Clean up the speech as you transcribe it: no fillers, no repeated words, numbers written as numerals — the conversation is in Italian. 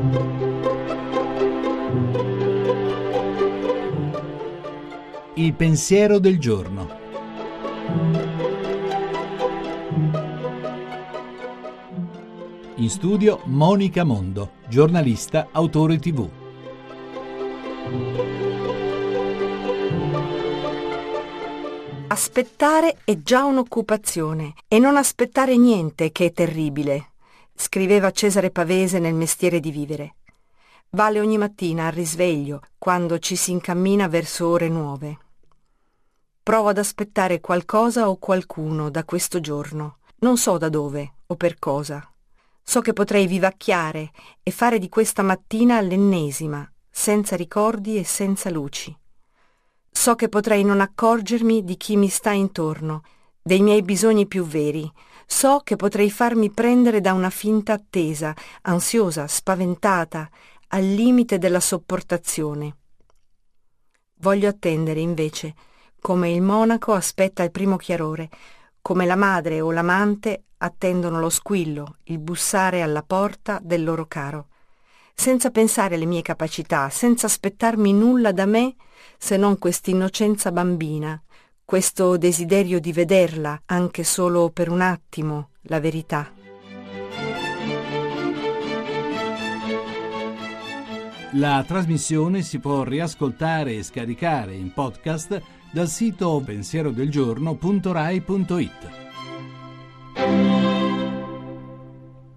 Il pensiero del giorno. In studio Monica Mondo, giornalista, autore TV. Aspettare è già un'occupazione e non aspettare niente che è terribile, scriveva Cesare Pavese nel Mestiere di vivere. Vale ogni mattina al risveglio, quando ci si incammina verso ore nuove. Provo ad aspettare qualcosa o qualcuno da questo giorno. Non so da dove o per cosa. So che potrei vivacchiare e fare di questa mattina l'ennesima, senza ricordi e senza luci. So che potrei non accorgermi di chi mi sta intorno, dei miei bisogni più veri. So che potrei farmi prendere da una finta attesa, ansiosa, spaventata, al limite della sopportazione. Voglio attendere, invece, come il monaco aspetta il primo chiarore, come la madre o l'amante attendono lo squillo, il bussare alla porta del loro caro, senza pensare alle mie capacità, senza aspettarmi nulla da me se non quest'innocenza bambina, questo desiderio di vederla, anche solo per un attimo, la verità. La trasmissione si può riascoltare e scaricare in podcast dal sito pensierodelgiorno.rai.it.